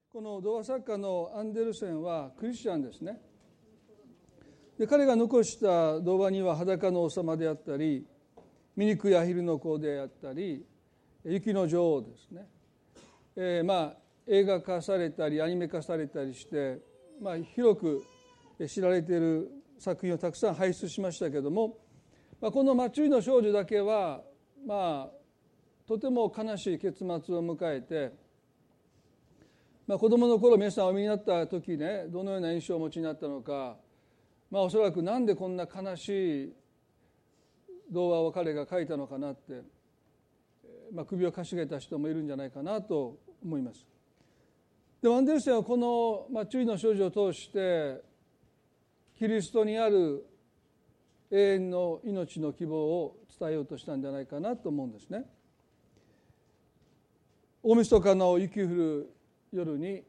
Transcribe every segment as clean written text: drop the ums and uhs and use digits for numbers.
この童話作家のアンデルセンはクリスチャンですね。で彼が残した童話には裸の王様であったり、醜いアヒルの子であったり、雪の女王ですね。映画化されたりアニメ化されたりして、広く知られている作品をたくさん輩出しましたけども、このマチュイの少女だけはとても悲しい結末を迎えて、子供の頃皆さんお見になった時ね、どのような印象をお持ちになったのか、おそらくなんでこんな悲しい童話を彼が書いたのかなって、首をかしげた人もいるんじゃないかなと思います。でアンデルセンはこのマチュイの少女を通してキリストにある永遠の命の希望を伝えようとしたんじゃないかなと思うんですね。大晦日の雪降る夜に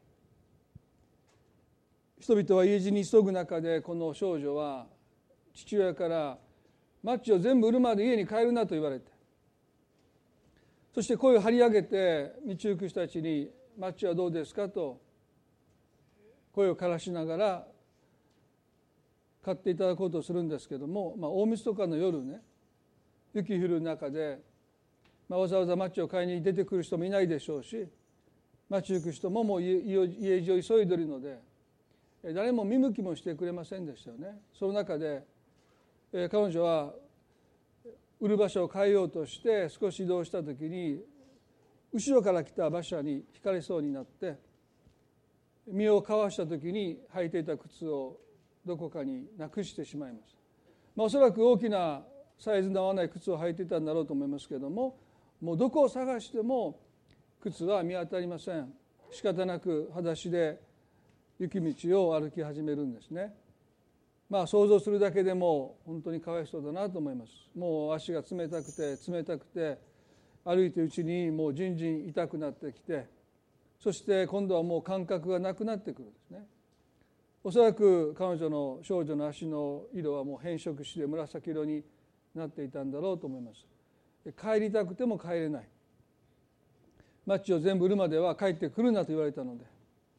人々は家路に急ぐ中で、この少女は父親からマッチを全部売るまで家に帰るなと言われて、そして声を張り上げて道行く人たちにマッチはどうですかと声を枯らしながら買っていただこうとするんですけども、大晦日の夜ね、雪降る中で、わざわざマッチを買いに出てくる人もいないでしょうし、街行く人ももう家路を急いでいるので誰も見向きもしてくれませんでしたよね。その中で彼女は売る場所を変えようとして少し移動した時に、後ろから来た馬車にひかれそうになって身をかわした時に履いていた靴をどこかになくしてしまいます。おそらく大きなサイズの合わない靴を履いていたんだろうと思いますけれども、もうどこを探しても靴は見当たりません。仕方なく裸足で雪道を歩き始めるんですね。想像するだけでも本当にかわいそうだなと思います。もう足が冷たくて歩いているうちにもうじんじん痛くなってきて、そして今度はもう感覚がなくなってくるんですね。おそらく少女の足の色はもう変色して紫色になっていたんだろうと思います。帰りたくても帰れない。マッチを全部売るまでは帰ってくるなと言われたので、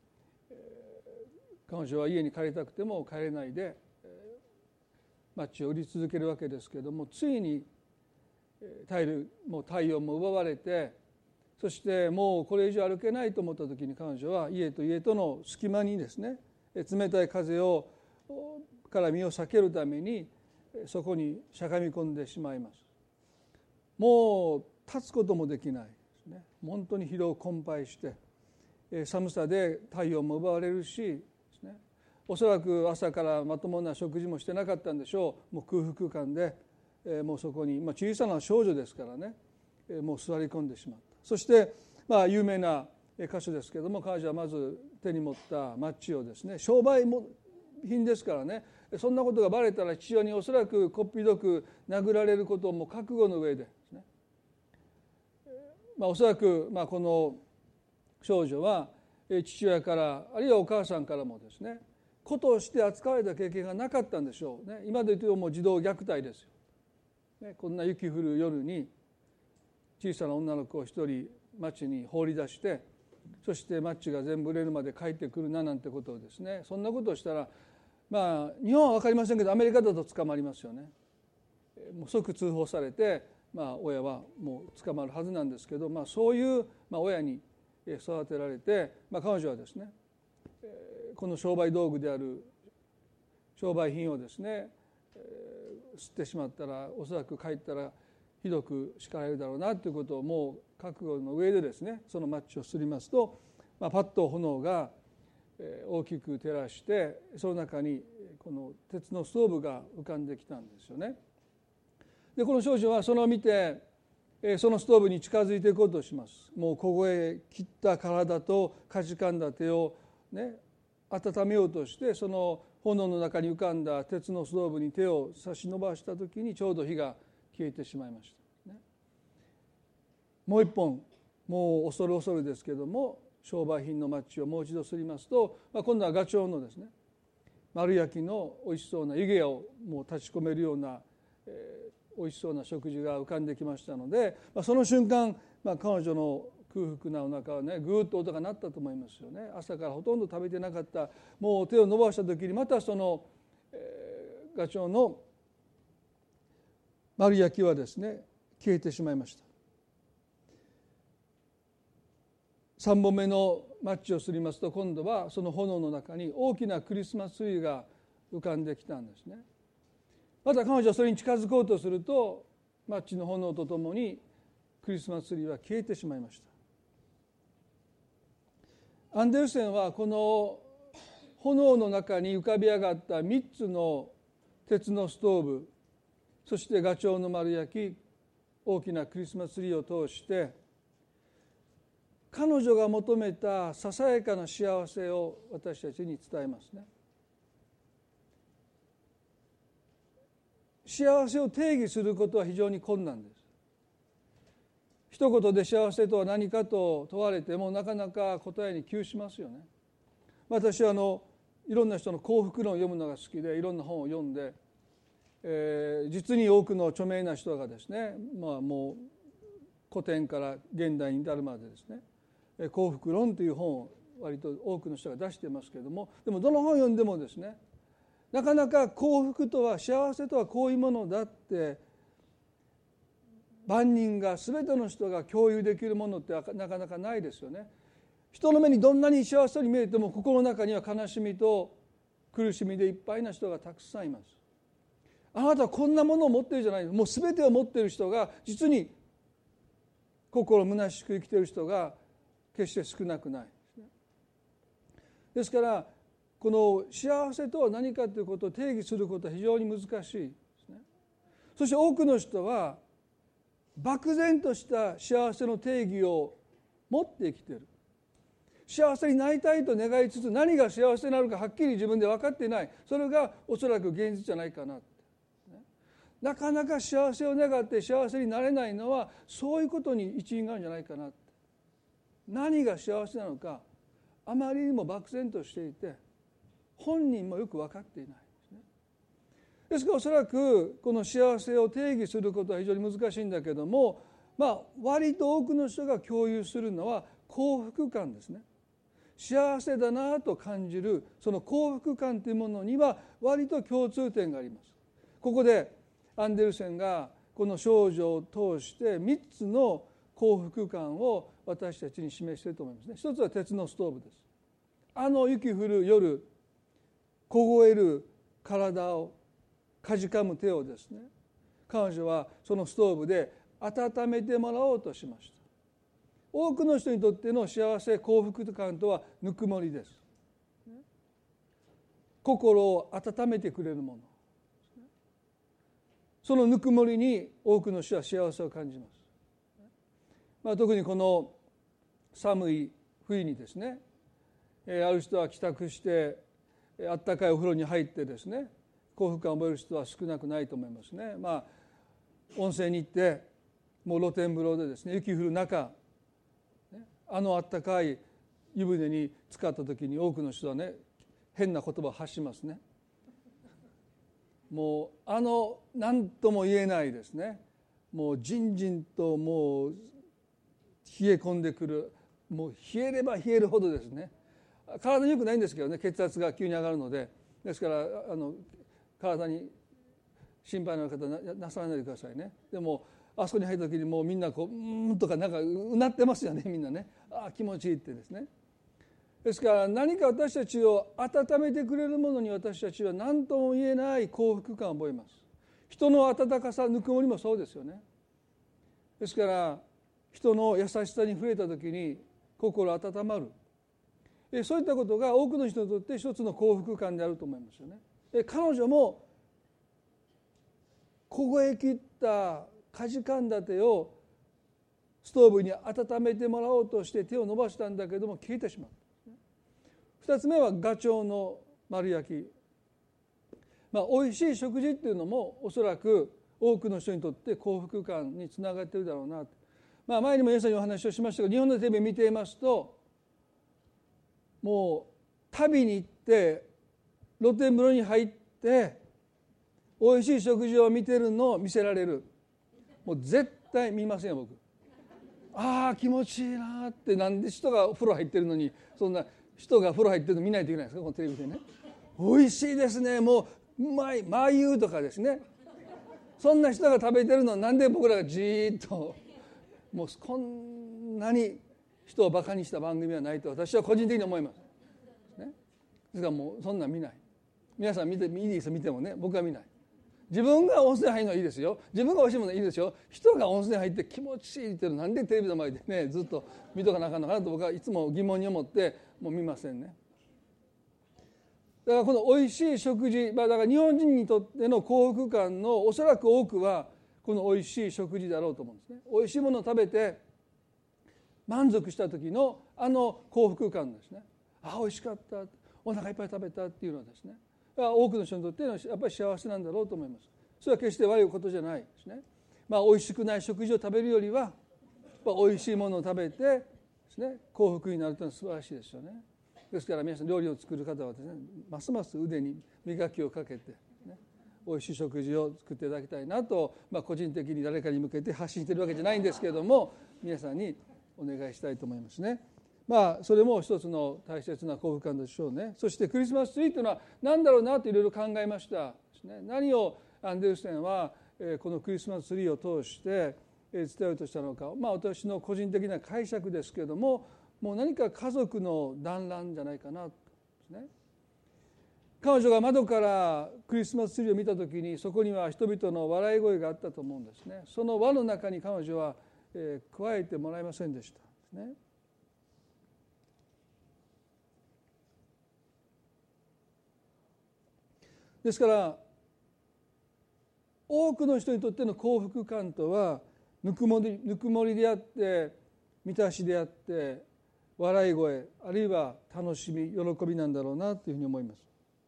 彼女は家に帰りたくても帰れないでマッチを売り続けるわけですけれども、ついにもう体温も奪われて、そしてもうこれ以上歩けないと思った時に、彼女は家と家との隙間にですね、冷たい風から身を避けるためにそこにしゃがみ込んでしまいます。もう立つこともできないですね。本当に疲労困憊して、寒さで体温も奪われるしですね、おそらく朝からまともな食事もしてなかったんでしょう。もう空腹感で、もうそこに、小さな少女ですからね、もう座り込んでしまった。そして、有名な箇所ですけれども、彼女はまず手に持ったマッチをですね、商売品ですからね、そんなことがバレたら父親におそらくこっぴどく殴られることをも覚悟の上でですね、おそらくこの少女は父親からあるいはお母さんからもですね、子として扱われた経験がなかったんでしょうね。今で言うともう児童虐待ですよ、ね、こんな雪降る夜に小さな女の子を一人町に放り出して、そしてマッチが全部売れるまで帰ってくるななんてことをですね、そんなことをしたら日本は分かりませんけどアメリカだと捕まりますよね。もう即通報されて、親はもう捕まるはずなんですけど、そういう、親に育てられて、彼女はですね、この商売道具である商売品をですね、吸ってしまったらおそらく帰ったらひどく叱られるだろうなということをもう覚悟の上でですね、そのマッチをすりますと、パッと炎が大きく照らして、その中にこの鉄のストーブが浮かんできたんですよね。でこの少女はそれを見てそのストーブに近づいていこうとします。もう凍え切った体とかじかんだ手をね、温めようとして、その炎の中に浮かんだ鉄のストーブに手を差し伸ばした時にちょうど火が消えてしまいました、ね、もう一本、もう恐る恐るですけども商売品のマッチをもう一度すりますと、今度はガチョウのですね、丸焼きのおいしそうな湯気をもう立ち込めるような、おいしそうな食事が浮かんできましたので、その瞬間、彼女の空腹なお腹はねぐーっと音が鳴ったと思いますよね。朝からほとんど食べてなかった、もう手を伸ばした時にまたその、ガチョウの丸焼きはですね消えてしまいました。3本目のマッチをすりますと、今度はその炎の中に大きなクリスマスツリーが浮かんできたんですね。また彼女はそれに近づこうとすると、マッチの炎とともにクリスマスツリーは消えてしまいました。アンデルセンはこの炎の中に浮かび上がった3つの鉄のストーブ、そしてガチョウの丸焼き、大きなクリスマスツリーを通して彼女が求めたささやかな幸せを私たちに伝えますね。幸せを定義することは非常に困難です。一言で幸せとは何かと問われてもなかなか答えに窮しますよね。私はいろんな人の幸福論を読むのが好きで、いろんな本を読んで、実に多くの著名な人がですね、もう古典から現代に至るまでですね、幸福論という本を割と多くの人が出していますけれども、でもどの本を読んでもですね、なかなか幸福とは、幸せとはこういうものだって万人が、全ての人が共有できるものってなかなかないですよね。人の目にどんなに幸せに見えても、心の中には悲しみと苦しみでいっぱいな人がたくさんいます。あなたはこんなものを持っているじゃないの、もう全てを持っている人が、実に心虚しく生きている人が決して少なくないですね。ですからこの幸せとは何かということを定義することは非常に難しいですね。そして多くの人は漠然とした幸せの定義を持って生きている。幸せになりたいと願いつつ、何が幸せなのかはっきり自分で分かっていない。それがおそらく現実じゃないかな。なかなか幸せを願って幸せになれないのは、そういうことに一因があるんじゃないかな。何が幸せなのかあまりにも漠然としていて、本人もよく分かっていないですね。ですからおそらくこの幸せを定義することは非常に難しいんだけども、割と多くの人が共有するのは幸福感ですね。幸せだなと感じるその幸福感というものには割と共通点があります。ここでアンデルセンがこの少女を通して3つの幸福感を私たちに示していると思いますね。一つは鉄のストーブです。雪降る夜、凍える体をかじかむ手をですね、彼女はそのストーブで温めてもらおうとしました。多くの人にとっての幸せ、幸福感とはぬくもりです。心を温めてくれるもの、そのぬくもりに多くの人は幸せを感じます。特にこの寒い冬にですね、ある人は帰宅してあったかいお風呂に入ってですね、幸福感を覚える人は少なくないと思いますね。温泉に行ってもう露天風呂でですね、雪降る中、あったかい湯船に浸かった時に多くの人はね、変な言葉を発しますね。もう何とも言えないですね、もうじんじんともう冷え込んでくる、もう冷えれば冷えるほどですね、体に良くないんですけどね、血圧が急に上がるので、ですから体に心配のある方はなさらないでくださいね。でもあそこに入った時にもうみんなこうとかなんかうなってますよね、みんなね。気持ちいいってですね。ですから何か私たちを温めてくれるものに私たちは何とも言えない幸福感を覚えます。人の温かさ、ぬくもりもそうですよね。ですから人の優しさに触れた時に心温まる、そういったことが多くの人にとって一つの幸福感であると思いますよね。彼女も凍え切ったかじかんだ手をストーブに温めてもらおうとして手を伸ばしたんだけども消えてしまった。2つ目はガチョウの丸焼き。美味しい食事っていうのもおそらく多くの人にとって幸福感につながっているだろうな。前にも皆さんにお話をしましたが、日本のテレビを見ていますと、もう旅に行って露天風呂に入って美味しい食事を見てるのを見せられる。もう絶対見ませんよ僕。 ああ気持ちいいなって、なんで人が風呂入ってるのにそんな人が風呂入ってるの見ないといけないんですか、このテレビでね。美味しいですね、もううまいマー油とかですね、そんな人が食べてるのなんで僕らがじーっと、もうこんなに人をバカにした番組はないと私は個人的に思います、ね、ですからもうそんなん見ない。皆さん見ていいですよ、見てもね、僕は見ない。自分が温泉入るのはいいですよ、自分が美味しいものはいいですよ。人が温泉入って気持ちいいっていうのなんでテレビの前でねずっと見とかなあかんのかなと僕はいつも疑問に思ってもう見ませんね。だからこの美味しい食事、だから日本人にとっての幸福感のおそらく多くはこの美味しい食事だろうと思うんですね。美味しいものを食べて満足した時の幸福感ですね。ああ美味しかった、お腹いっぱい食べたっていうのはですね、多くの人にとってのやっぱり幸せなんだろうと思います。それは決して悪いことじゃないですね。美味しくない食事を食べるよりは美味しいものを食べてですね幸福になるというのは素晴らしいですよね。ですから皆さん料理を作る方はですね、ますます腕に磨きをかけて、ね、美味しい食事を作っていただきたいなと、個人的に誰かに向けて発信しているわけじゃないんですけれども、皆さんにお願いしたいと思いますね。それも一つの大切な幸福感でしょうね。そしてクリスマスツリーというのは何だろうなといろいろ考えましたですね。何をアンデルセンはこのクリスマスツリーを通して伝えようとしたのか、私の個人的な解釈ですけれども、もう何か家族の団らんじゃないかなですね。彼女が窓からクリスマスツリーを見たときにそこには人々の笑い声があったと思うんですね。その輪の中に彼女は加えてもらえませんでしたですね。ですから多くの人にとっての幸福感とはぬくもりであって満たしであって笑い声、あるいは楽しみ、喜びなんだろうなというふうに思います。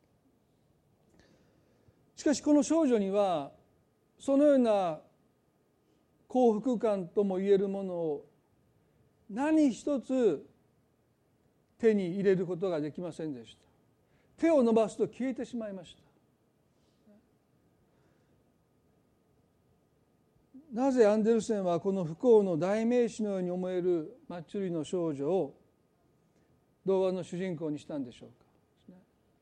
しかしこの少女にはそのような幸福感ともいえるものを何一つ手に入れることができませんでした。手を伸ばすと消えてしまいました。なぜアンデルセンはこの不幸の代名詞のように思えるマッチュリの少女を童話の主人公にしたんでしょうか。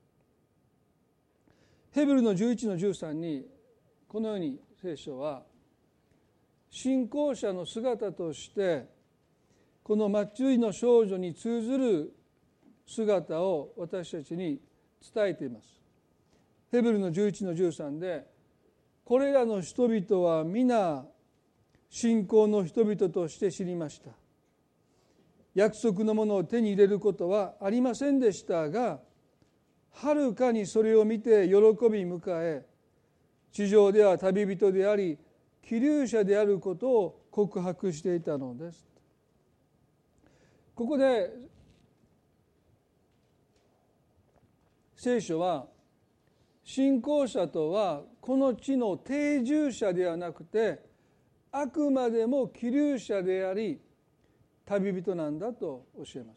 ヘブルの11の13にこのように聖書は信仰者の姿としてこのマッチュリの少女に通ずる姿を私たちに伝えています。ヘブルの11の13で、これらの人々は皆信仰の人々として知りました。約束のものを手に入れることはありませんでしたが、はるかにそれを見て喜び迎え、地上では旅人であり寄留者であることを告白していたのです。ここで聖書は信仰者とはこの地の定住者ではなくてあくまでも寄留者であり旅人なんだと教えます。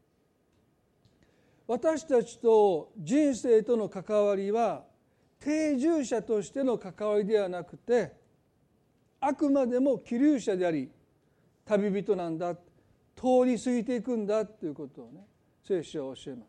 私たちと人生との関わりは定住者としての関わりではなくてあくまでも寄留者であり旅人なんだ、通り過ぎていくんだということをね、聖書は教えます。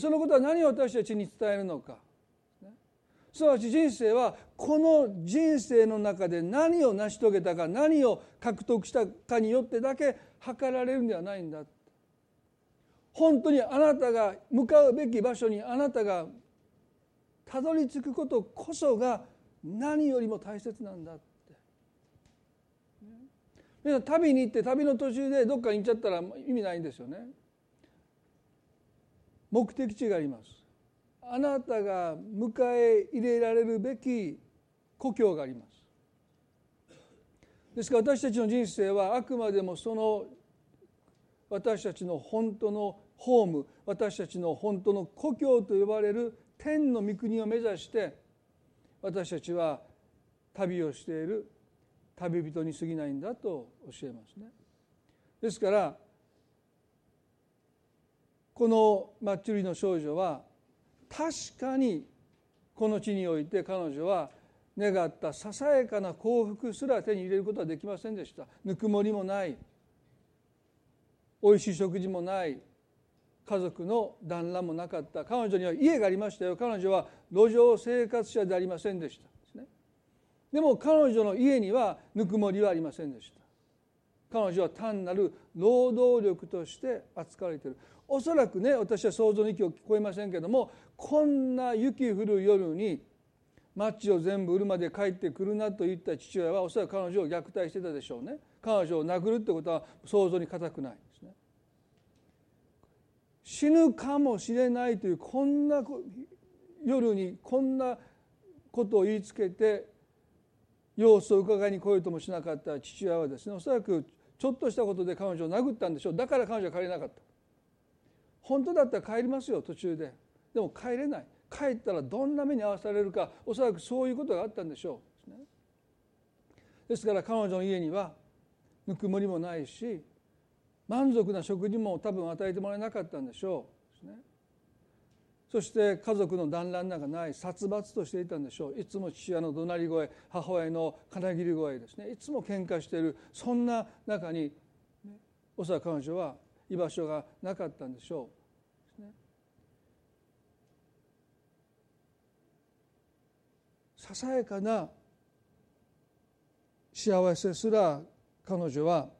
そのことは何を私たちに伝えるのか、すなわち人生はこの人生の中で何を成し遂げたか、何を獲得したかによってだけ測られるんではないんだ。本当にあなたが向かうべき場所にあなたがたどり着くことこそが何よりも大切なんだって。皆さん旅に行って旅の途中でどっかに行っちゃったら意味ないんですよね。目的地があります。あなたが迎え入れられるべき故郷があります。ですから私たちの人生はあくまでもその私たちの本当のホーム、私たちの本当の故郷と呼ばれる天の御国を目指して私たちは旅をしている旅人に過ぎないんだと教えますね。ですからこのマッチュリの少女は確かにこの地において彼女は願ったささやかな幸福すら手に入れることはできませんでした。ぬくもりもない、おいしい食事もない、家族の団らんもなかった。彼女には家がありましたよ。彼女は路上生活者でありませんでした。でも彼女の家にはぬくもりはありませんでした。彼女は単なる労働力として扱われている。おそらくね、私は想像の域を超えませんけども、こんな雪降る夜にマッチを全部売るまで帰ってくるなと言った父親はおそらく彼女を虐待してたでしょうね。彼女を殴るってことは想像に難くないですね。死ぬかもしれないというこんな夜にこんなことを言いつけて様子を伺いに来ようともしなかった父親はですね、おそらくちょっとしたことで彼女を殴ったんでしょう。だから彼女は帰れなかった。本当だったら帰りますよ、途中で。でも帰れない。帰ったらどんな目に遭わされるか、おそらくそういうことがあったんでしょう。ですから彼女の家にはぬくもりもないし、満足な食事も多分与えてもらえなかったんでしょう。そして家族の団らんなんかない、殺伐としていたんでしょう。いつも父親の怒鳴り声、母親の金切り声ですね、いつも喧嘩している、そんな中におそらく彼女は居場所がなかったんでしょう。ささやかな幸せすら彼女は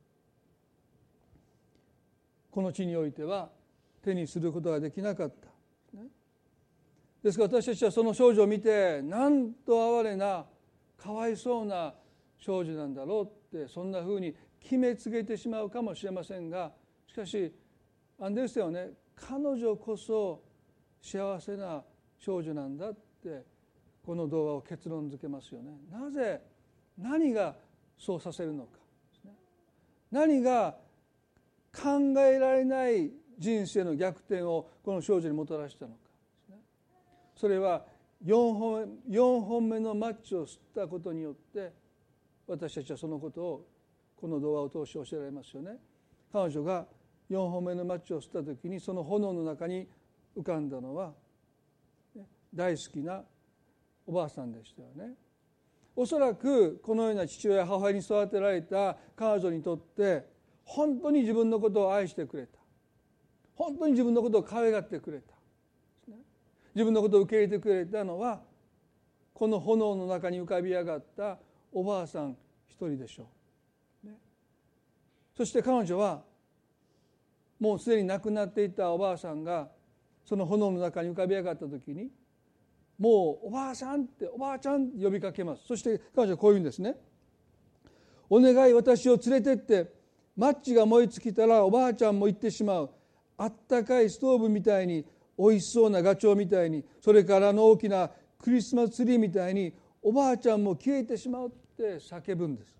この地においては手にすることができなかった。ですから私たちはその少女を見て、なんと哀れなかわいそうな少女なんだろうって、そんなふうに決めつけてしまうかもしれませんが、しかしアンデルセンはね、彼女こそ幸せな少女なんだってこの動画を結論付けますよね。なぜ、何がそうさせるのか、何が考えられない人生の逆転をこの少女にもたらしたのか。それは4本目のマッチを吸ったことによって私たちはそのことをこの動画を通して教えられますよね。彼女が4本目のマッチを吸った時に、その炎の中に浮かんだのは大好きなおばあさんでしたよね。おそらくこのような父親母親に育てられた彼女にとって本当に自分のことを愛してくれた、本当に自分のことを可愛がってくれた、自分のことを受け入れてくれたのはこの炎の中に浮かび上がったおばあさん一人でしょう。そして彼女はもうすでに亡くなっていたおばあさんがその炎の中に浮かび上がった時に、もうおばあさんっておばあちゃんって呼びかけます。そして彼女はこう言うんですね。お願い、私を連れてって、マッチが燃え尽きたらおばあちゃんも行ってしまう。あったかいストーブみたいに、おいしそうなガチョウみたいに、それから大きなクリスマスツリーみたいにおばあちゃんも消えてしまうって叫ぶんです。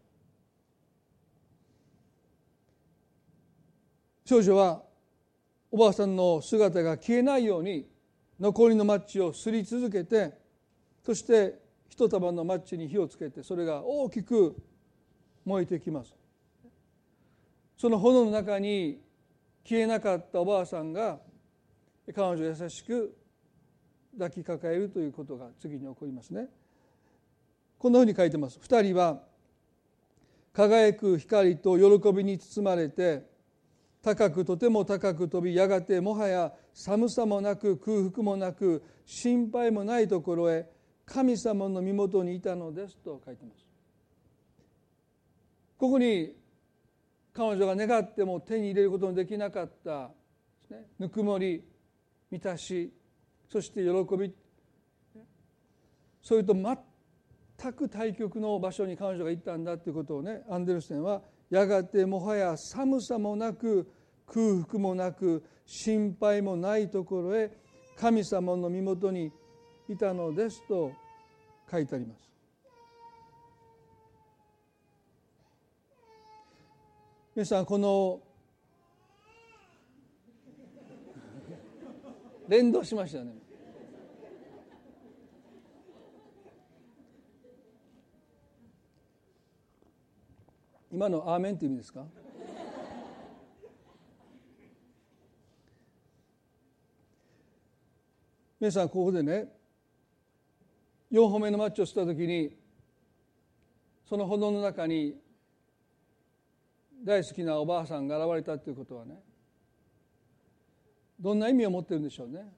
少女はおばあさんの姿が消えないように残りのマッチをすり続けて、そして一束のマッチに火をつけて、それが大きく燃えてきます。その炎の中に消えなかったおばあさんが彼女を優しく抱きかかえるということが次に起こりますね。こんなふうに書いてます。二人は輝く光と喜びに包まれて、とても高く飛び、やがてもはや寒さもなく空腹もなく心配もないところへ神様の身元にいたのですと書いてます。ここに彼女が願っても手に入れることのできなかったぬくもり、満たし、そして喜び、それと全く対極の場所に彼女が行ったんだということをね、アンデルセンはやがてもはや寒さもなく空腹もなく心配もないところへ神様の身元にいたのですと書いてあります。皆さん、この連動しましたね。今のアーメンって意味ですか？皆さん、ここでね、 4本目のマッチを吸った時にその炎の中に大好きなおばあさんが現れたということはね、どんな意味を持っているんでしょうね。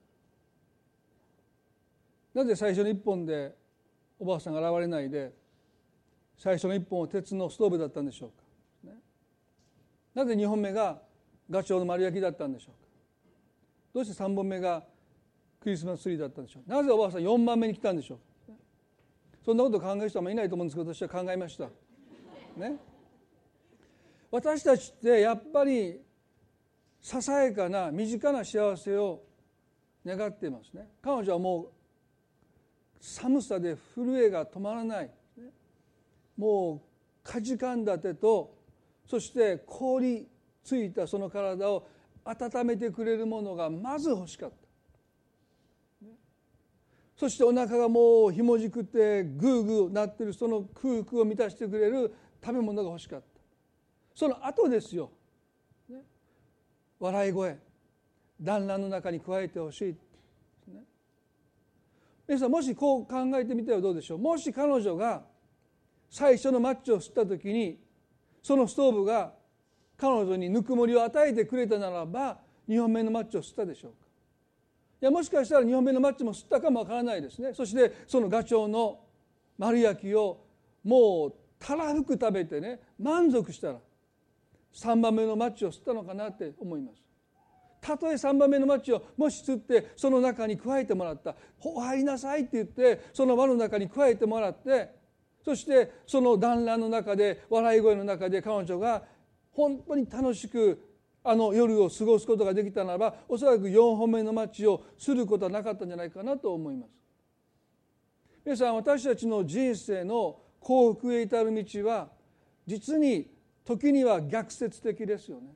なぜ最初の1本でおばあさんが現れないで最初の1本は鉄のストーブだったんでしょうか、ね、なぜ2本目がガチョウの丸焼きだったんでしょうか。どうして3本目がクリスマスツリーだったんでしょう。なぜおばあさん4番目に来たんでしょう。そんなことを考える人はいないと思うんですけど、私は考えました、ね、私たちってやっぱりささやかな身近な幸せを願っていますね。彼女はもう寒さで震えが止まらない、もうかじかんだ手と、そして凍りついたその体を温めてくれるものがまず欲しかった。そしてお腹がもうひもじくてグーグーなっているその空腹を満たしてくれる食べ物が欲しかった。その後ですよ、笑い声、団らんの中に加えてほしい、皆さんもしこう考えてみてはどうでしょう。もし彼女が最初のマッチを吸った時にそのストーブが彼女にぬくもりを与えてくれたならば2本目のマッチを吸ったでしょうか。いや、もしかしたら2本目のマッチも吸ったかもわからないですね。そしてそのガチョウの丸焼きをもうたらふく食べてね、満足したら3番目のマッチを吸ったのかなって思います。たとえ3番目のマッチをもし吸ってその中に加えてもらった、お入りなさいって言ってその輪の中に加えてもらって、そしてその団らんの中で笑い声の中で彼女が本当に楽しくあの夜を過ごすことができたならば、おそらく4本目のマッチをすることはなかったんじゃないかなと思います。皆さん、私たちの人生の幸福へ至る道は実に時には逆説的ですよね。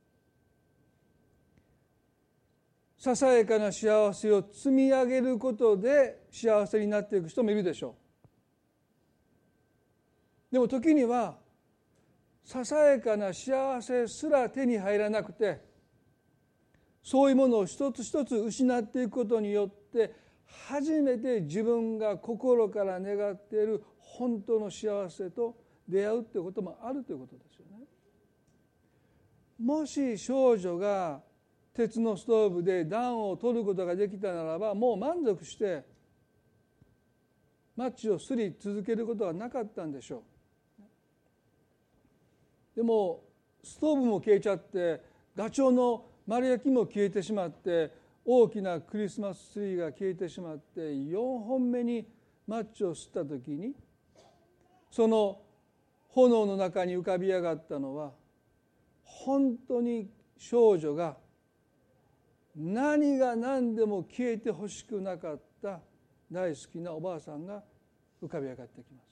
ささやかな幸せを積み上げることで幸せになっていく人もいるでしょう。でも時にはささやかな幸せすら手に入らなくて、そういうものを一つ一つ失っていくことによって初めて自分が心から願っている本当の幸せと出会うということもあるということですよね。もし少女が鉄のストーブで暖を取ることができたならば、もう満足してマッチをすり続けることはなかったんでしょう。でもストーブも消えちゃって、ガチョウの丸焼きも消えてしまって、大きなクリスマスツリーが消えてしまって、4本目にマッチを吸った時にその炎の中に浮かび上がったのは、本当に少女が何が何でも消えてほしくなかった大好きなおばあさんが浮かび上がってきます。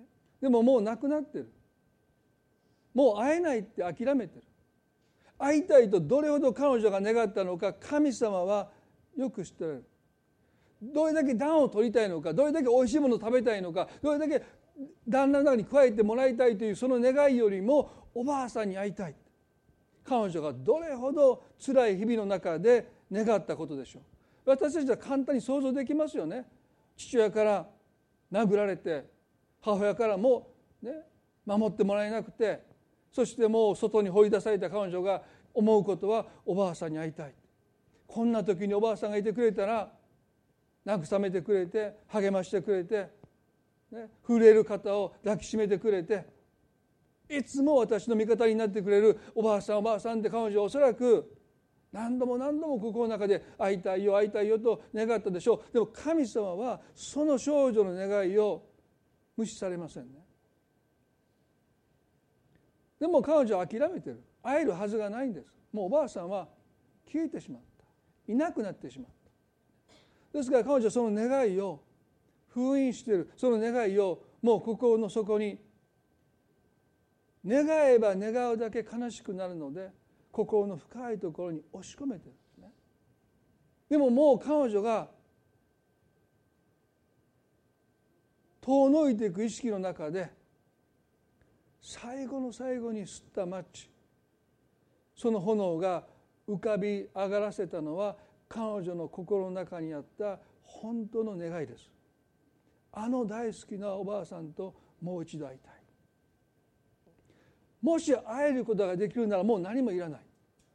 でももう亡くなってる、もう会えないって諦めてる。会いたいとどれほど彼女が願ったのか、神様はよく知っておられる。どれだけ暖を取りたいのか、どれだけおいしいものを食べたいのか、どれだけ旦那の中に加えてもらいたいというその願いよりもおばあさんに会いたい、彼女がどれほど辛い日々の中で願ったことでしょう。私たちは簡単に想像できますよね。父親から殴られて、母親からも、守ってもらえなくて、そしてもう外に放り出された彼女が思うことはおばあさんに会いたい。こんな時におばあさんがいてくれたら慰めてくれて、励ましてくれて、震える肩を抱きしめてくれて、いつも私の味方になってくれるおばあさんおばあさんって彼女はおそらく何度も何度も心の中で会いたいよ会いたいよと願ったでしょう。でも神様はその少女の願いを無視されませんね。でも彼女は諦めてる。会えるはずがないんです。もうおばあさんは消えてしまった、いなくなってしまった。ですから彼女はその願いを封印している。その願いをもう心の底に、願えば願うだけ悲しくなるので心の深いところに押し込めているんですね。でももう彼女が遠のいていく意識の中で最後の最後に吸ったマッチ、その炎が浮かび上がらせたのは彼女の心の中にあった本当の願いです。 あの大好きなおばあさんともう一度会いたい。もし会えることができるならもう何もいらない。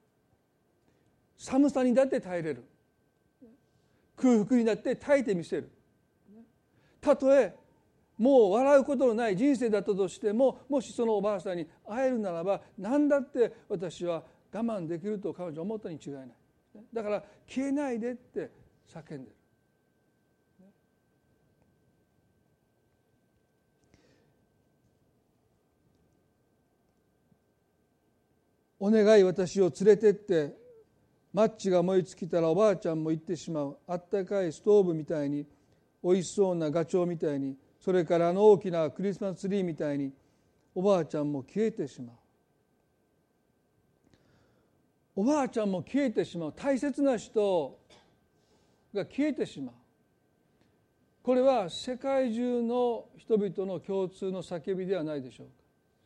寒さにだって耐えれる。空腹にだって耐えてみせる。たとえもう笑うことのない人生だったとしても、もしそのおばあさんに会えるならば何だって私は我慢できると彼女は思ったに違いない。だから消えないでって叫んでる。お願い、私を連れてってマッチが燃え尽きたらおばあちゃんも行ってしまう。あったかいストーブみたいに、おいしそうなガチョウみたいに、それから大きなクリスマスツリーみたいにおばあちゃんも消えてしまう。おばあちゃんも消えてしまう。大切な人が消えてしまう。これは世界中の人々の共通の叫びではないでしょうか。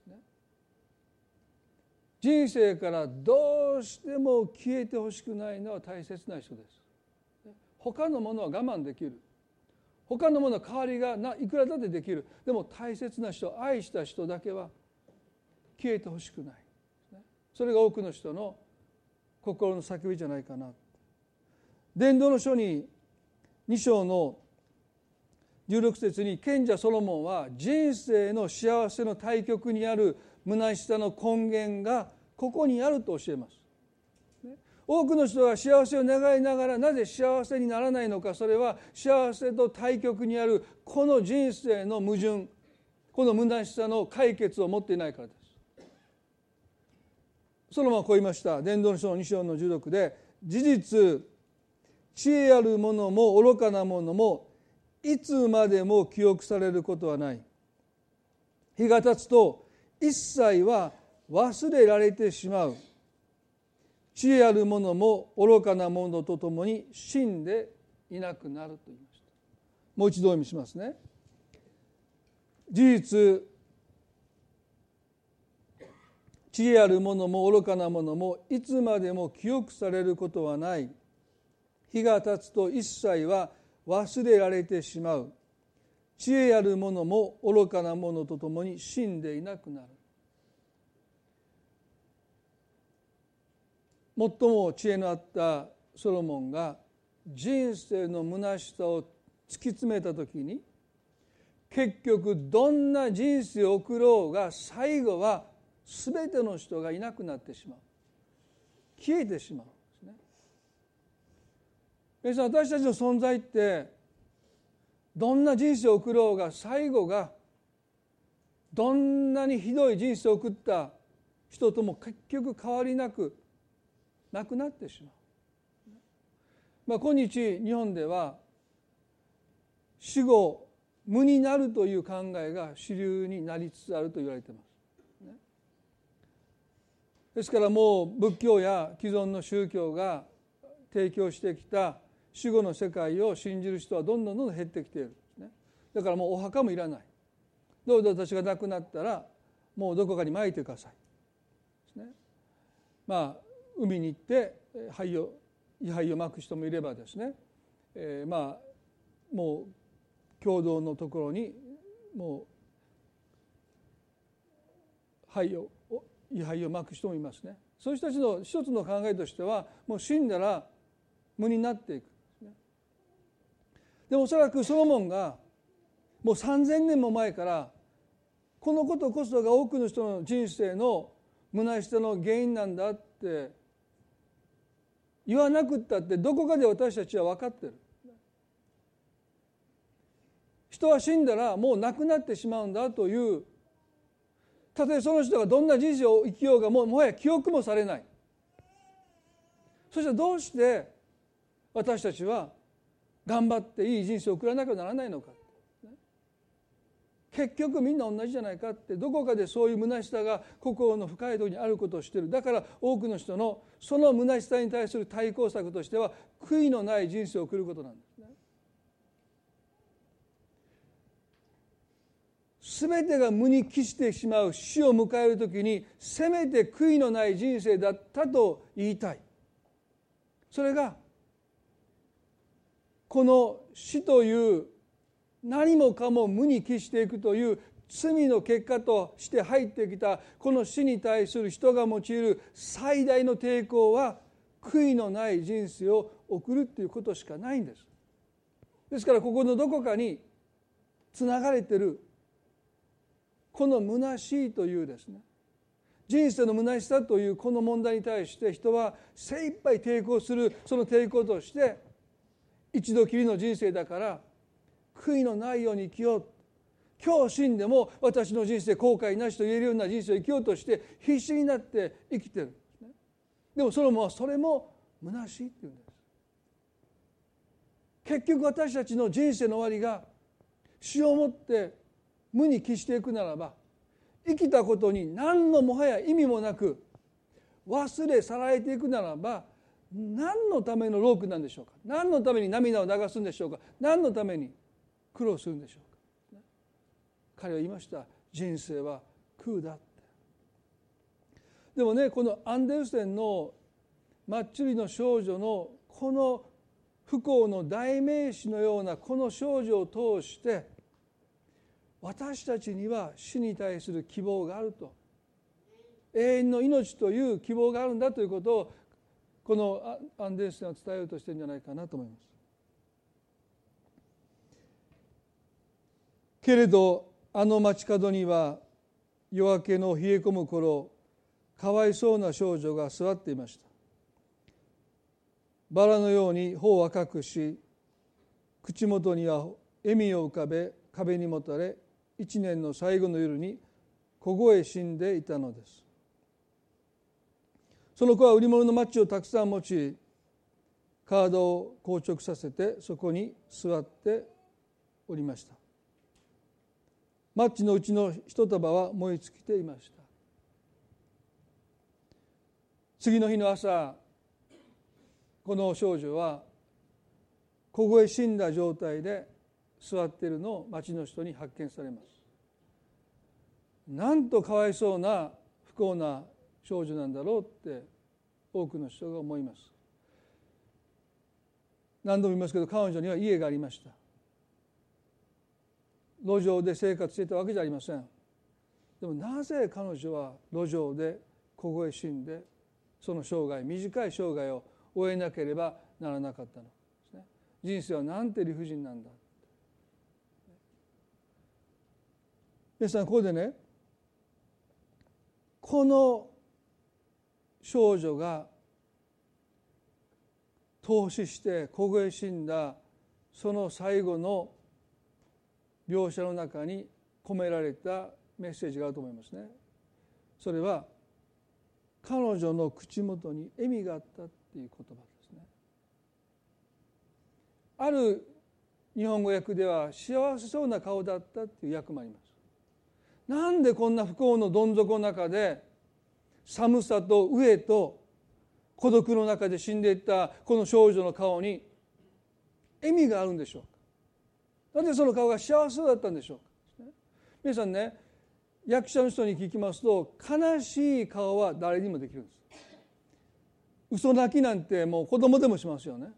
人生からどうしても消えてほしくないのは大切な人です。他のものは我慢できる。他のものは代わりがいくらだってできる。でも大切な人、愛した人だけは消えてほしくない。それが多くの人の心の叫びじゃないかな。伝道の書に2章の16節に、賢者ソロモンは人生の幸せの対極にある虚しさの根源がここにあると教えます。多くの人が幸せを願いながらなぜ幸せにならないのか。それは幸せと対極にあるこの人生の矛盾、この虚しさの解決を持っていないからです。ソロモンはこう言いました。伝道の書の2章の16で、事実知恵ある者も愚かな者もいつまでも記憶されることはない。日が経つと一切は忘れられてしまう。知恵ある者も愚かな者とともに死んでいなくなると言いました。もう一度お読みしますね。事実知恵ある者も愚かな者もいつまでも記憶されることはない。日が経つと一切は忘れられてしまう。知恵ある者も愚かな者とともに死んでいなくなる。最も知恵のあったソロモンが人生の虚しさを突き詰めたときに、結局どんな人生を送ろうが最後は全ての人がいなくなってしまう、消えてしまうんですね。皆さん、私たちの存在ってどんな人生を送ろうが最後がどんなにひどい人生を送った人とも結局変わりなくなくなってしまう。今日日本では死後無になるという考えが主流になりつつあると言われています。ですからもう仏教や既存の宗教が提供してきた死後の世界を信じる人はどんどん減ってきている。だからもうお墓もいらない。どうぞ私が亡くなったらもうどこかに撒いてください。海に行って位牌を撒く人もいればですね、もう共同のところにもう位牌を撒く人もいますね。そういう人たちの一つの考えとしては、もう死んだら無になっていく。でもおそらくソロモンがもう3000年も前からこのことこそが多くの人の人生の虚しさの原因なんだって言わなくったってどこかで私たちは分かってる。人は死んだらもう亡くなってしまうんだという、たとえその人がどんな人生を生きようがもはや記憶もされない。そしてどうして私たちは頑張っていい人生を送らなきゃならないのか。結局みんな同じじゃないかって、どこかでそういう虚しさが心の深いところにあることを知っている。だから多くの人のその虚しさに対する対抗策としては悔いのない人生を送ることなんですね。全てが無に帰してしまう死を迎えるときに、せめて悔いのない人生だったと言いたい。それがこの死という何もかも無に帰していくという罪の結果として入ってきたこの死に対する人が用いる最大の抵抗は悔いのない人生を送るということしかないんです。ですからここのどこかにつながれているこの虚しいというですね、人生の虚しさというこの問題に対して人は精一杯抵抗する。その抵抗として一度きりの人生だから悔いのないように生きよう、今日死んでも私の人生後悔なしと言えるような人生を生きようとして必死になって生きてるんですね。でもそれも虚しいっていうんです。結局私たちの人生の終わりが死をもって無に帰していくならば、生きたことに何のもはや意味もなく忘れ去られていくならば、何のための労苦なんでしょうか。何のために涙を流すんでしょうか。何のために苦労するんでしょうか。彼は言いました。人生は空だって。でもね、このアンデルセンのマッチュリの少女のこの不幸の代名詞のようなこの少女を通して私たちには死に対する希望があると、永遠の命という希望があるんだということをこのアンデルセンは伝えようとしているんじゃないかなと思います。けれどあの街角には夜明けの冷え込む頃、かわいそうな少女が座っていました。バラのように頬を赤くし、口元には笑みを浮かべ、壁にもたれ、一年の最後の夜に凍え死んでいたのです。その子は売り物のマッチをたくさん持ち、カードを硬直させてそこに座っておりました。マッチのうちの一束は燃え尽きていました。次の日の朝、この少女は凍え死んだ状態で座っているのを町の人に発見されます。なんとかわいそうな不幸な少女なんだろうって多くの人が思います。何度も言いますけど、彼女には家がありました。路上で生活していたわけじゃありません。でもなぜ彼女は路上で凍え死んで、その生涯、短い生涯を終えなければならなかったのですね。人生はなんて理不尽なんだ。皆さん、ここでね、この少女が凍死して凍え死んだその最後の描写の中に込められたメッセージがあると思いますね。それは彼女の口元に笑みがあったっていう言葉ですね。ある日本語訳では幸せそうな顔だったっていう訳もあります。なんでこんな不幸のどん底の中で寒さと飢えと孤独の中で死んでいったこの少女の顔に笑みがあるんでしょうか。なぜその顔が幸せそうだったんでしょうか。皆さんね、役者の人に聞きますと、悲しい顔は誰にもできるんです。嘘泣きなんてもう子供でもしますよね。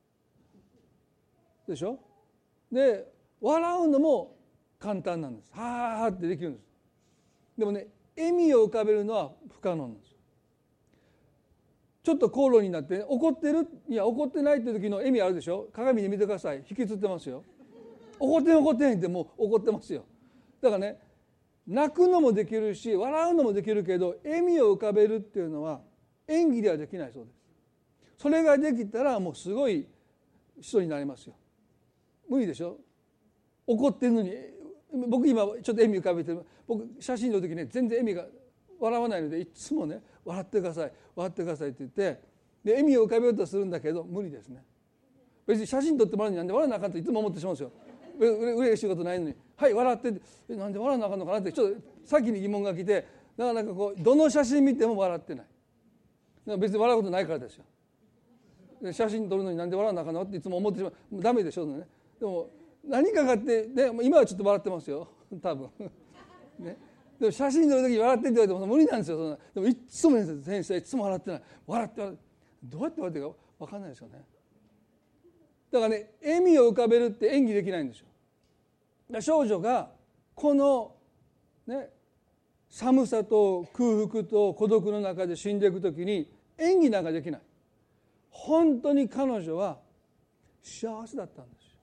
でしょ。で笑うのも簡単なんです。はーはーってできるんです。でもね、笑みを浮かべるのは不可能なんです。ちょっと口論になって怒ってる、いや怒ってないって時の笑みあるでしょ。鏡で見てください。引きつってますよ。怒ってへんってもう怒ってますよ。だからね、泣くのもできるし笑うのもできるけど、笑みを浮かべるっていうのは演技ではできないそうです。それができたらもうすごい人になりますよ。無理でしょ。怒ってるのに、僕今ちょっと笑み浮かべてる。僕写真の時ね、全然笑みが笑わないのでいつもね、笑ってください笑ってくださいって言ってで笑みを浮かべようとするんだけど無理ですね。別に写真撮ってもらうのになんで笑わなあかんといつも思ってしまうんですよ。嬉しいことないのに、はい笑ってってなんで笑わなあかんのかなってちょっと先に疑問が来て、なかなかこうどの写真見ても笑ってない。別に笑うことないからですよ。で写真撮るのになんで笑わなあかんのっていつも思ってしまう。ダメでしょうね。でも何かがあってね、今はちょっと笑ってますよ多分ね。でも写真撮る時に笑ってって言われても無理なんですよ。そんなでもいつも先生いつも笑ってない、笑ってどうやって笑ってるか分かんないですよね。だからね、笑みを浮かべるって演技できないんですよ。 少女がこの、ね、寒さと空腹と孤独の中で死んでいくときに演技なんかできない。本当に彼女は幸せだったんですよ。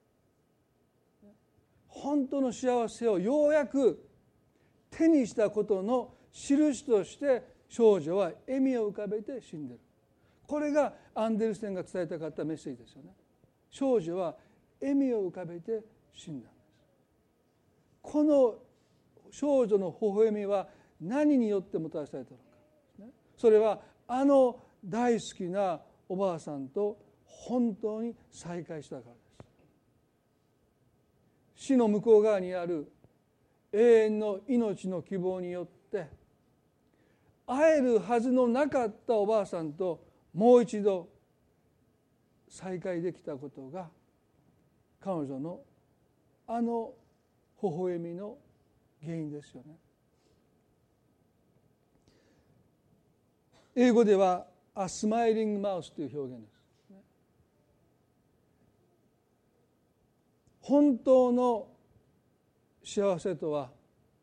本当の幸せをようやく手にしたことの印として少女は笑みを浮かべて死んでいる。これがアンデルセンが伝えたかったメッセージですよね。少女は笑みを浮かべて死んだんです。この少女の微笑みは何によってもたらされたのか。それはあの大好きなおばあさんと本当に再会したからです。死の向こう側にある永遠の命の希望によって会えるはずのなかったおばあさんともう一度再会できたことが彼女のあの微笑みの原因ですよね。英語ではA smiling mouth という表現です。本当の幸せとは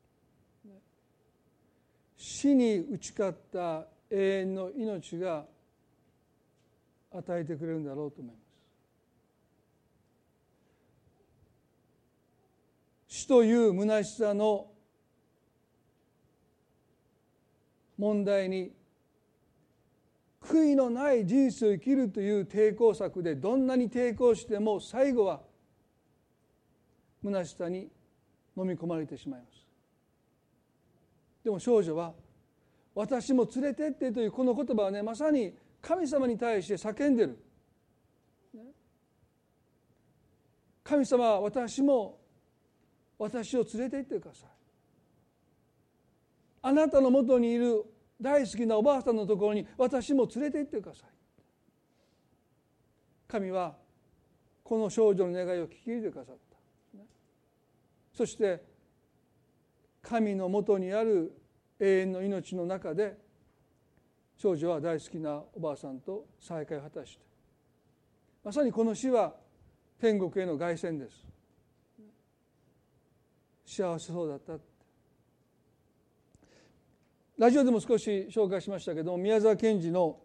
死に打ち勝った永遠の命が与えてくれるんだろうと思います。死という虚しさの問題に悔いのない人生を生きるという抵抗策でどんなに抵抗しても最後は虚しさに飲み込まれてしまいます。でも少女は私も連れてってというこの言葉はね、まさに神様に対して叫んでる。神様は私を連れて行ってください。あなたのもとにいる大好きなおばあさんのところに私も連れて行ってください。神はこの少女の願いを聞き入れてくださった。そして神のもとにある永遠の命の中で少女は大好きなおばあさんと再会を果たして、まさにこの死は天国への凱旋です。幸せそうだった。ラジオでも少し紹介しましたけども、宮沢賢治の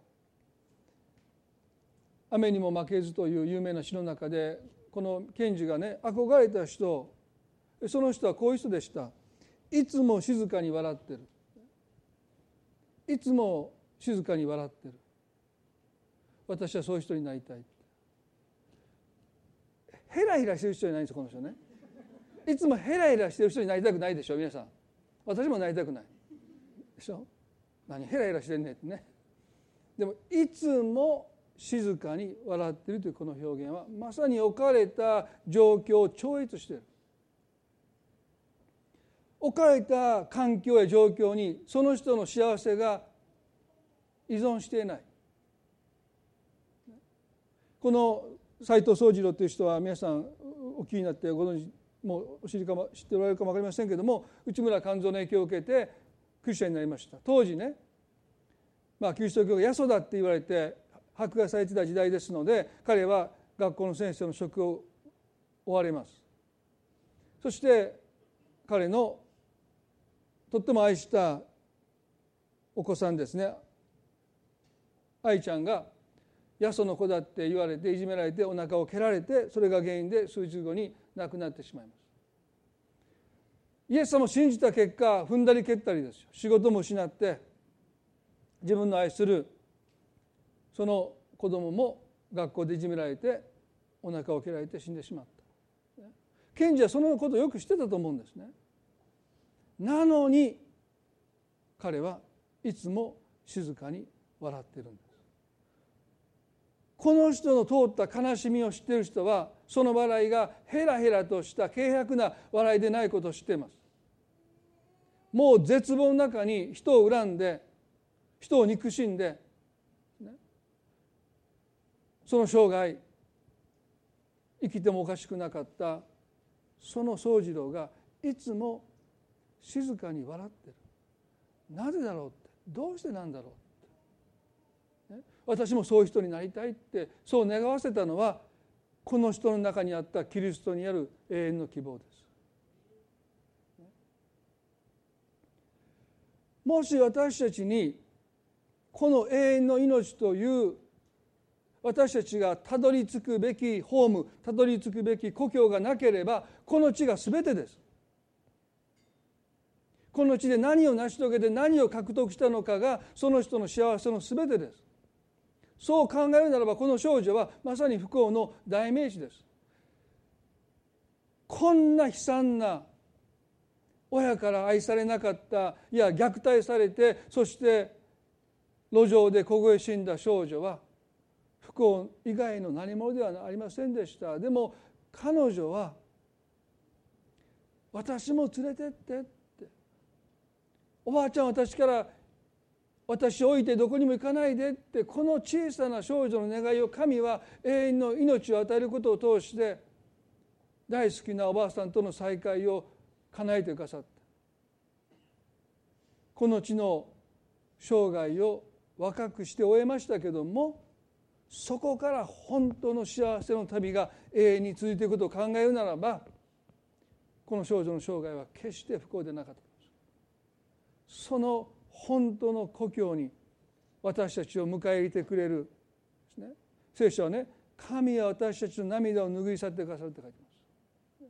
雨にも負けずという有名な詩の中で、この賢治がね憧れた人、その人はこういう人でした。いつも静かに笑ってる。いつも静かに笑ってる。私はそういう人になりたい。ヘラヘラしてる人じゃないんですよ、この人ね。いつもヘラヘラしてる人になりたくないでしょ、皆さん。私もなりたくないでしょ。何ヘラヘラしてんねんってね。でもいつも静かに笑ってるというこの表現はまさに置かれた状況を超越している。置かれた環境や状況にその人の幸せが依存していない。この斉藤宗次郎という人は皆さんお気になってご存知もう知っておられるかも分かりませんけれども、内村勘三の影響を受けてクリスチャンになりました。当時ね、キリスト教が耶稣だって言われて迫害されていた時代ですので、彼は学校の先生の職を追われます。そして彼のとっても愛したお子さんですね、愛ちゃんが耶稣の子だって言われていじめられてお腹を蹴られて、それが原因で数日後に亡くなってしまいます。イエス様を信じた結果踏んだり蹴ったりですよ。仕事も失って自分の愛するその子供も学校でいじめられてお腹を蹴られて死んでしまった。賢治はそのことをよく知ってたと思うんですね。なのに彼はいつも静かに笑っているんです。この人の通った悲しみを知っている人はその笑いがヘラヘラとした軽薄な笑いでないことを知っています。もう絶望の中に人を恨んで人を憎しんで、その生涯生きてもおかしくなかったその宗次郎がいつも静かに笑ってる。なぜだろうって、どうしてなんだろうって、私もそういう人になりたいってそう願わせたのはこの人の中にあったキリストにある永遠の希望です。 もし私たちにこの永遠の命という私たちがたどり着くべきホーム、たどり着くべき故郷がなければ、この地が全てです。この地で何を成し遂げて何を獲得したのかがその人の幸せの全てです。そう考えるならば、この少女はまさに不幸の代名詞です。こんな悲惨な、親から愛されなかった、いや虐待されて、そして路上で凍え死んだ少女は不幸以外の何者ではありませんでした。でも彼女は、私も連れてってって、おばあちゃん私を置いてどこにも行かないでって、この小さな少女の願いを神は永遠の命を与えることを通して大好きなおばあさんとの再会を叶えてくださった。この地の生涯を若くして終えましたけども、そこから本当の幸せの旅が永遠に続いていくことを考えるならば、この少女の生涯は決して不幸でなかった。その本当の故郷に私たちを迎え入れてくれるですね。聖書はね、神は私たちの涙を拭い去ってくださるって書いてます。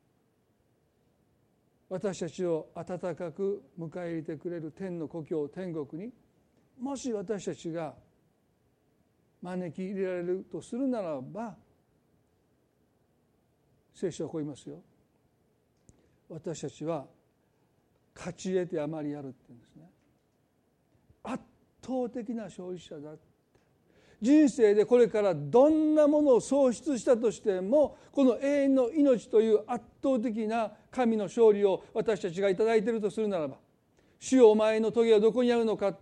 私たちを温かく迎え入れてくれる天の故郷、天国にもし私たちが招き入れられるとするならば、聖書はこう言いますよ。私たちは勝ち得てあまりあるって言うんですね。圧倒的な勝利者だ。人生でこれからどんなものを喪失したとしても、この永遠の命という圧倒的な神の勝利を私たちがいただいているとするならば、主よお前の棘はどこにあるのかって、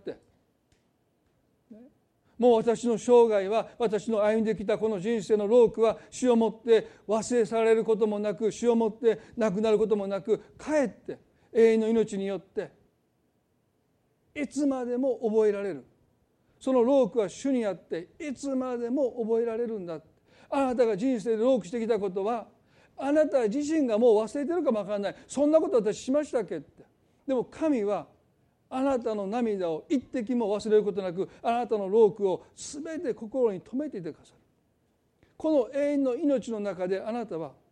もう私の生涯は、私の歩んできたこの人生のロークは主をもって忘れ去られることもなく、主をもってなくなることもなく、かえって永遠の命によっていつまでも覚えられる。そのロークは主にあっていつまでも覚えられるんだ。あなたが人生でロークしてきたことはあなた自身がもう忘れてるかもわからない。そんなこと私しましたっけって。でも神はあなたの涙を一滴も忘れることなく、あなたのロークを全て心に留めていてくださる。この永遠の命の中であなたは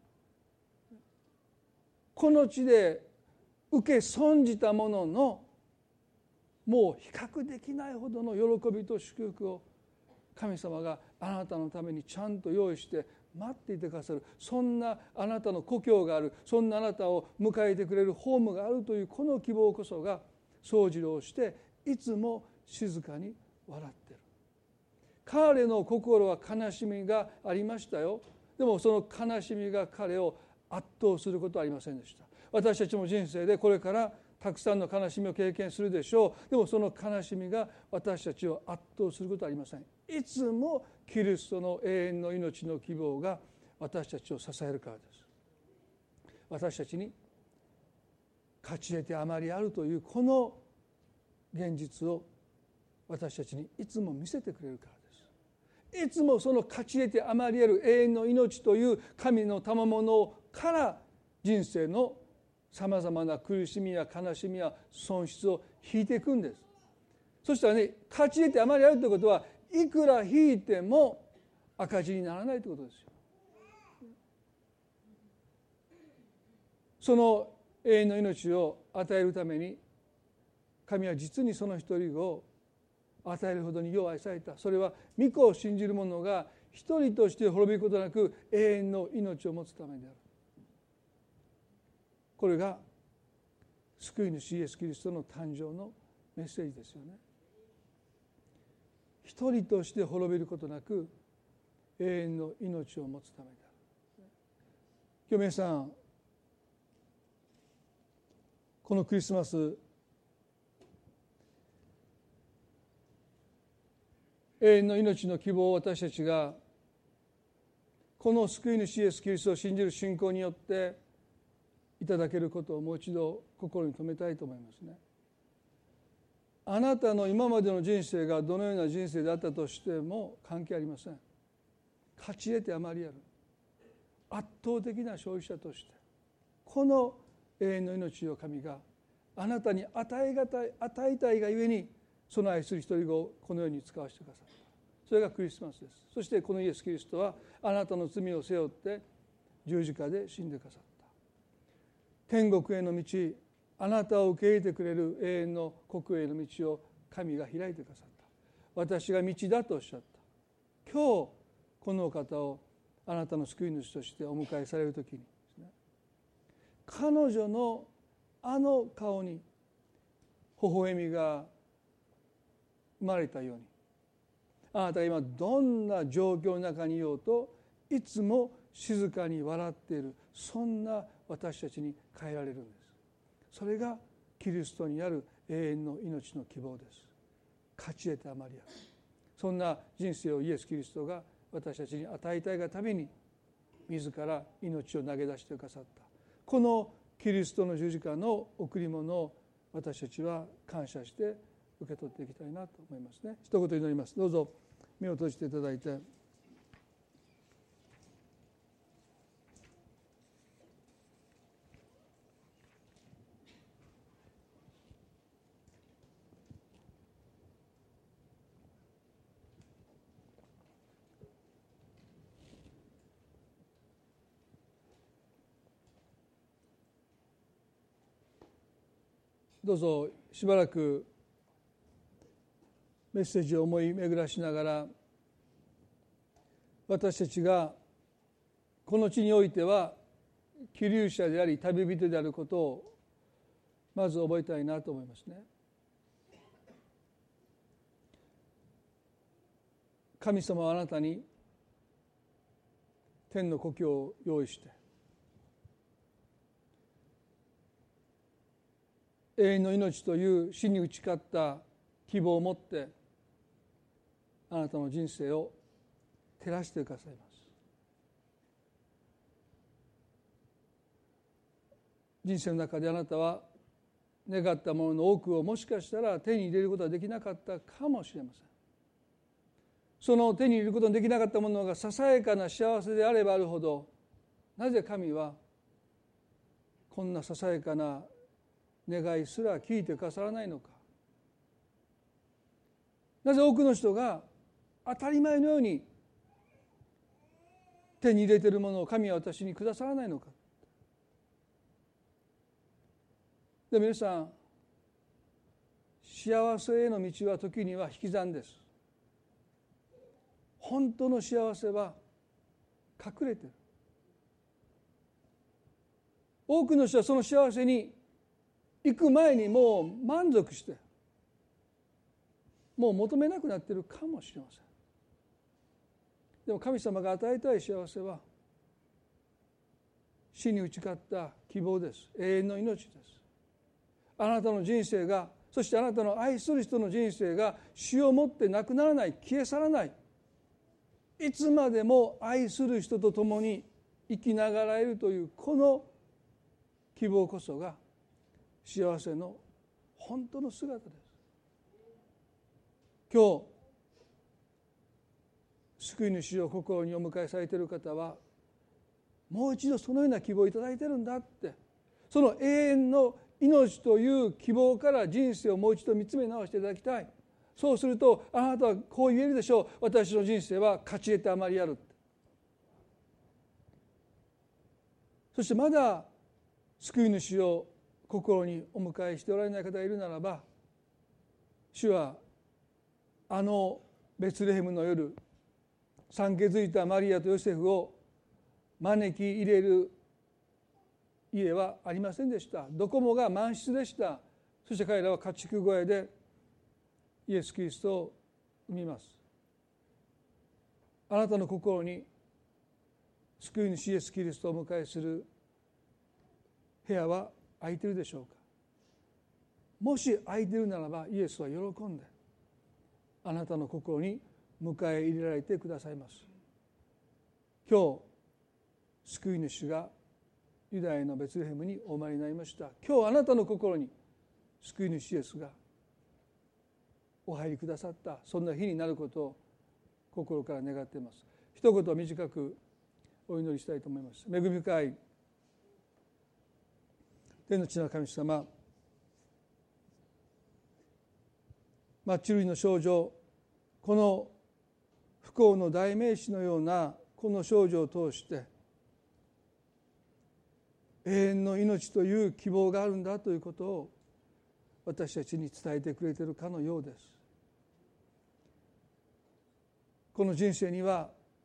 この地で受け損じたもののもう比較できないほどの喜びと祝福を神様があなたのためにちゃんと用意して待っていてくださる。そんなあなたの故郷がある、そんなあなたを迎えてくれるホームがあるというこの希望こそが掃除をしていつも静かに笑っている。彼の心は悲しみがありましたよ。でもその悲しみが彼を圧倒することはありませんでした。私たちも人生でこれからたくさんの悲しみを経験するでしょう。でもその悲しみが私たちを圧倒することはありません。いつもキリストの永遠の命の希望が私たちを支えるからです。私たちに勝ち得てあまりあるというこの現実を私たちにいつも見せてくれるからです。いつもその勝ち得てあまりある永遠の命という神の賜物から人生のさまざまな苦しみや悲しみや損失を引いていくんです。そしたらね、勝ち得てあまりあるということはいくら引いても赤字にならないということですよ。その永遠の命を与えるために神は実にその一人を与えるほどによう愛された。それは御子を信じる者が一人として滅びることなく永遠の命を持つためである。これが救い主イエス・キリストの誕生のメッセージですよね。一人として滅びることなく永遠の命を持つためである。今日皆さん、このクリスマス、永遠の命の希望を私たちがこの救い主イエス・キリストを信じる信仰によっていただけることをもう一度心に留めたいと思いますね。あなたの今までの人生がどのような人生であったとしても関係ありません。勝ち得てあまりある圧倒的な勝利者としてこの永遠の命を神があなたに与えたいがゆえにその愛する一人子をこの世に使わせてくださった。それがクリスマスです。そしてこのイエス・キリストはあなたの罪を背負って十字架で死んでくださった。天国への道、あなたを受け入れてくれる永遠の国への道を神が開いてくださった。私が道だとおっしゃった。今日このお方をあなたの救い主としてお迎えされるときにですね、彼女のあの顔に微笑みが生まれたように、あなたが今どんな状況の中にいようといつも静かに笑っている、そんな私たちに変えられるんです。それがキリストにある永遠の命の希望です。勝ち得てあまりある、そんな人生をイエス・キリストが私たちに与えたいがために自ら命を投げ出してくださった。このキリストの十字架の贈り物を私たちは感謝して受け取っていきたいなと思いますね。一言祈ります。どうぞ目を閉じていただいて、どうぞしばらくメッセージを思い巡らしながら、私たちがこの地においては寄留者であり旅人であることをまず覚えたいなと思いますね。神様はあなたに天の故郷を用意して、永遠の命という死に打ち勝った希望を持ってあなたの人生を照らしてくださいます。人生の中であなたは願ったものの多くをもしかしたら手に入れることはできなかったかもしれません。その手に入れることのできなかったものがささやかな幸せであればあるほど、なぜ神はこんなささやかな願いすら聞いてくださらないのか。なぜ多くの人が当たり前のように手に入れているものを神は私にくださらないのか。で皆さん、幸せへの道は時には引き算です。本当の幸せは隠れている。多くの人はその幸せに行く前にもう満足して、もう求めなくなっているかもしれません。でも神様が与えたい幸せは死に打ち勝った希望です。永遠の命です。あなたの人生が、そしてあなたの愛する人の人生が死をもってなくならない、消え去らない、いつまでも愛する人と共に生きながらえるというこの希望こそが幸せの本当の姿です。今日救い主を心にお迎えされている方は、もう一度そのような希望をいただいているんだって、その永遠の命という希望から人生をもう一度見つめ直していただきたい。そうするとあなたはこう言えるでしょう。私の人生は勝ち得てあまりある。そしてまだ救い主を心にお迎えしておられない方がいるならば、主はあのベツレヘムの夜、産気づいたマリアとヨセフを招き入れる家はありませんでした。どこもが満室でした。そして彼らは家畜小屋でイエス・キリストを産みます。あなたの心に救い主イエス・キリストをお迎えする部屋は空いているでしょうか。もし空いているならば、イエスは喜んであなたの心に迎え入れられてくださいます。今日救い主がユダヤのベツレヘムにお生まれになりました。今日あなたの心に救い主イエスがお入りくださった、そんな日になることを心から願っています。一言短くお祈りしたいと思います。恵み深い天の地の神様、 マッチ類の少女、この不幸の代名詞のようなこの少女を通して永遠の命という希望があるんだということを私たちに伝えてくれているかのようです。この人生には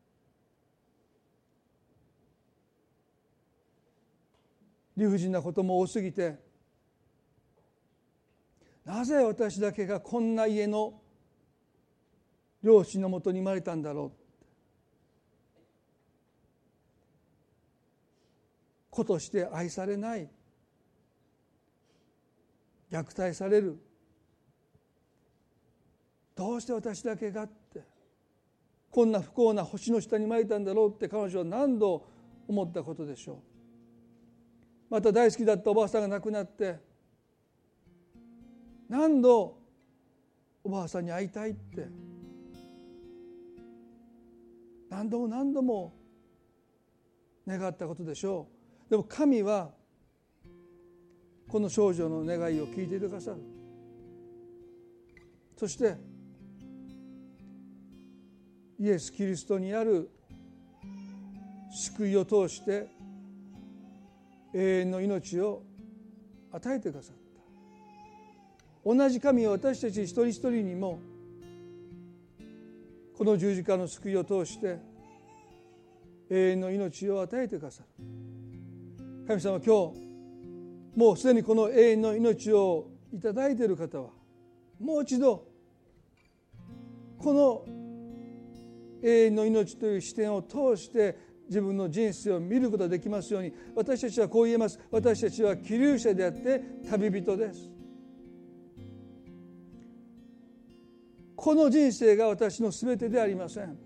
理不尽なことも多すぎて、なぜ私だけがこんな家の両親のもとに生まれたんだろう、子として愛されない、虐待される、どうして私だけがって、こんな不幸な星の下に生まれたんだろうって彼女は何度思ったことでしょう。また大好きだったおばあさんが亡くなって何度おばあさんに会いたいって何度も何度も願ったことでしょう。でも神はこの少女の願いを聞いていてくださる。そしてイエス・キリストにある救いを通して永遠の命を与えてくださった。同じ神は私たち一人一人にもこの十字架の救いを通して永遠の命を与えてくださる。神様、今日もうすでにこの永遠の命をいただいている方はもう一度この永遠の命という視点を通して自分の人生を見ることができますように。私たちはこう言えます。私たちは寄留者であって旅人です。この人生が私のすべてではありません。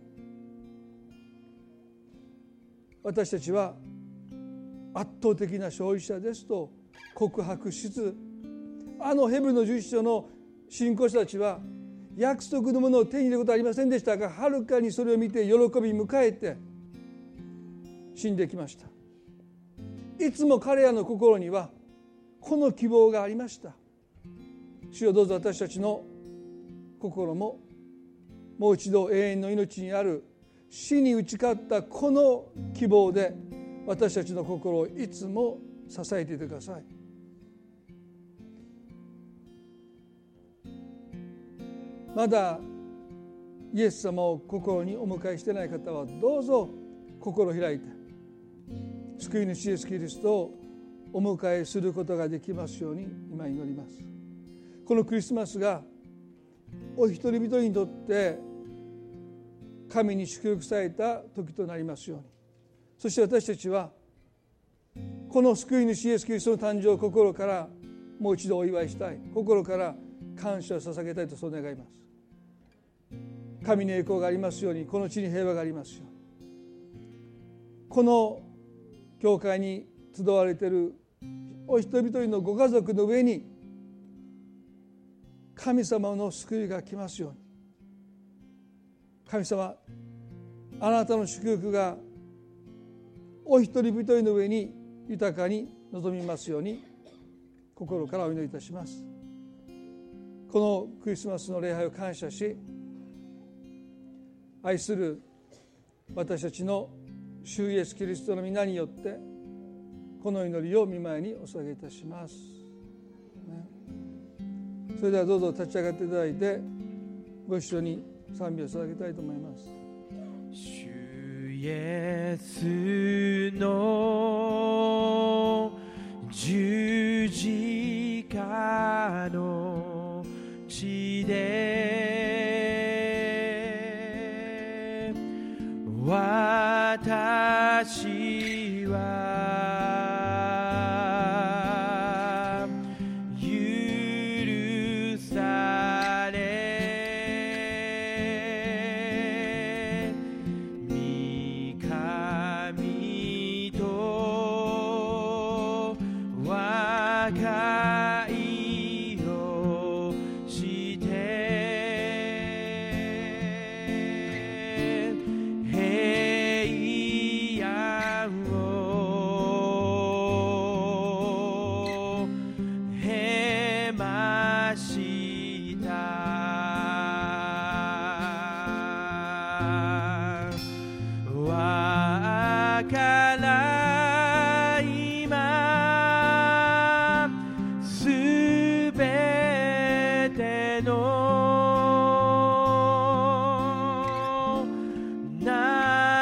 私たちは圧倒的な勝利者ですと告白しつつ、あのヘブルの11章の信仰者たちは約束のものを手に入れることはありませんでしたが、はるかにそれを見て喜び迎えて死んできました。いつも彼らの心にはこの希望がありました。主よ、どうぞ私たちの心ももう一度永遠の命にある死に打ち勝ったこの希望で私たちの心をいつも支えていてください。まだイエス様を心にお迎えしていない方はどうぞ心を開いて救い主イエスキリストをお迎えすることができますように今祈ります。このクリスマスがお一人一人にとって神に祝福された時となりますように。そして私たちはこの救い主イエスキリストの誕生を心からもう一度お祝いしたい、心から感謝を捧げたいとそう願います。神の栄光がありますように、この地に平和がありますように。この教会に集われているお一人一人のご家族の上に神様の救いが来ますように。神様、あなたの祝福がお一人一人の上に豊かに望みますように心からお祈りいたします。このクリスマスの礼拝を感謝し、愛する私たちの主イエスキリストの皆によってこの祈りを御前にお捧げいたします。それではどうぞ立ち上がっていただいてご一緒に賛美を捧げたいと思います。 主イエスの十字架の地で私は許され、御神と和解をして平安を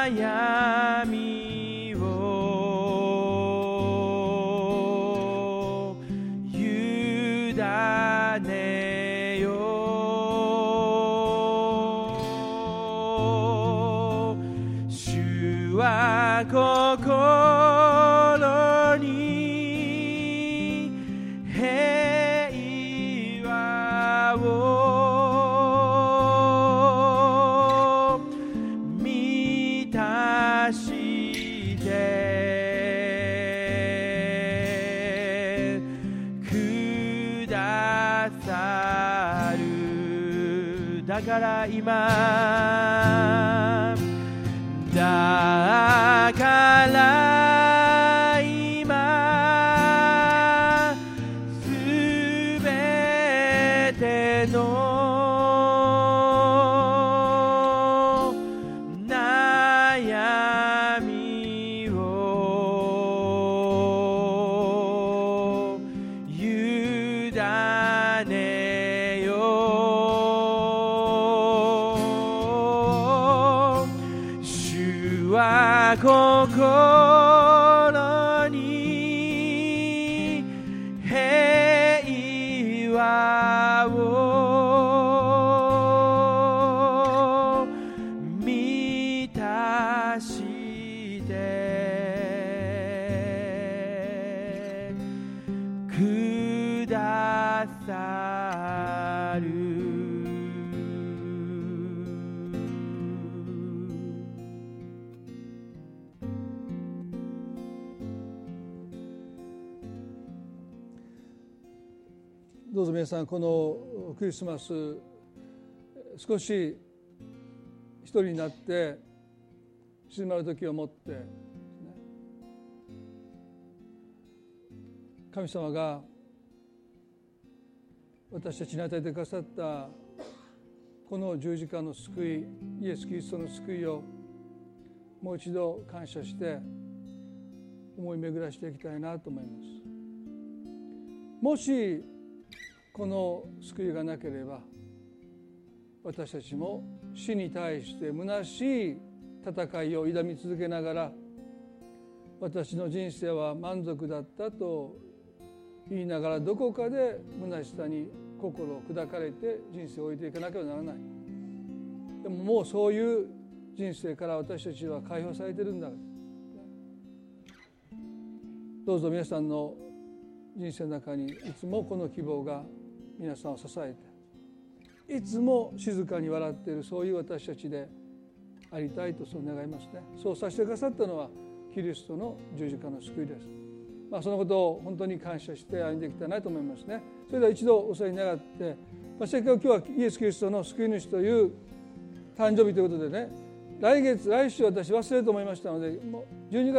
悩みを委ねよう。主は心に平和を満たしてくださる。だから今すべての悩みを委ねよう。主は心に平和を満たしてくださる。 どうぞ皆さん、このクリスマス少し一人になって静まる時を持って、神様が私たちに与えてくださったこの十字架の救い、イエス・キリストの救いをもう一度感謝して思い巡らしていきたいなと思います。もしこの救いがなければ、私たちも死に対して虚しい戦いを挑み続けながら、私の人生は満足だったと言いながら、どこかで虚しさに心を砕かれて人生を終えていかなければならない。でももうそういう人生から私たちは解放されているんだ。どうぞ皆さんの人生の中にいつもこの希望が皆さんを支えて、いつも静かに笑っている、そういう私たちでありたいとそう願いますね。そうさせてくださったのはキリストの十字架の救いです。そのことを本当に感謝して歩んでいきたいなと思いますね。それでは一度お世話になって、せっかく今日はイエス・キリストの救い主という誕生日ということでね、来週私忘れると思いましたので、もう12月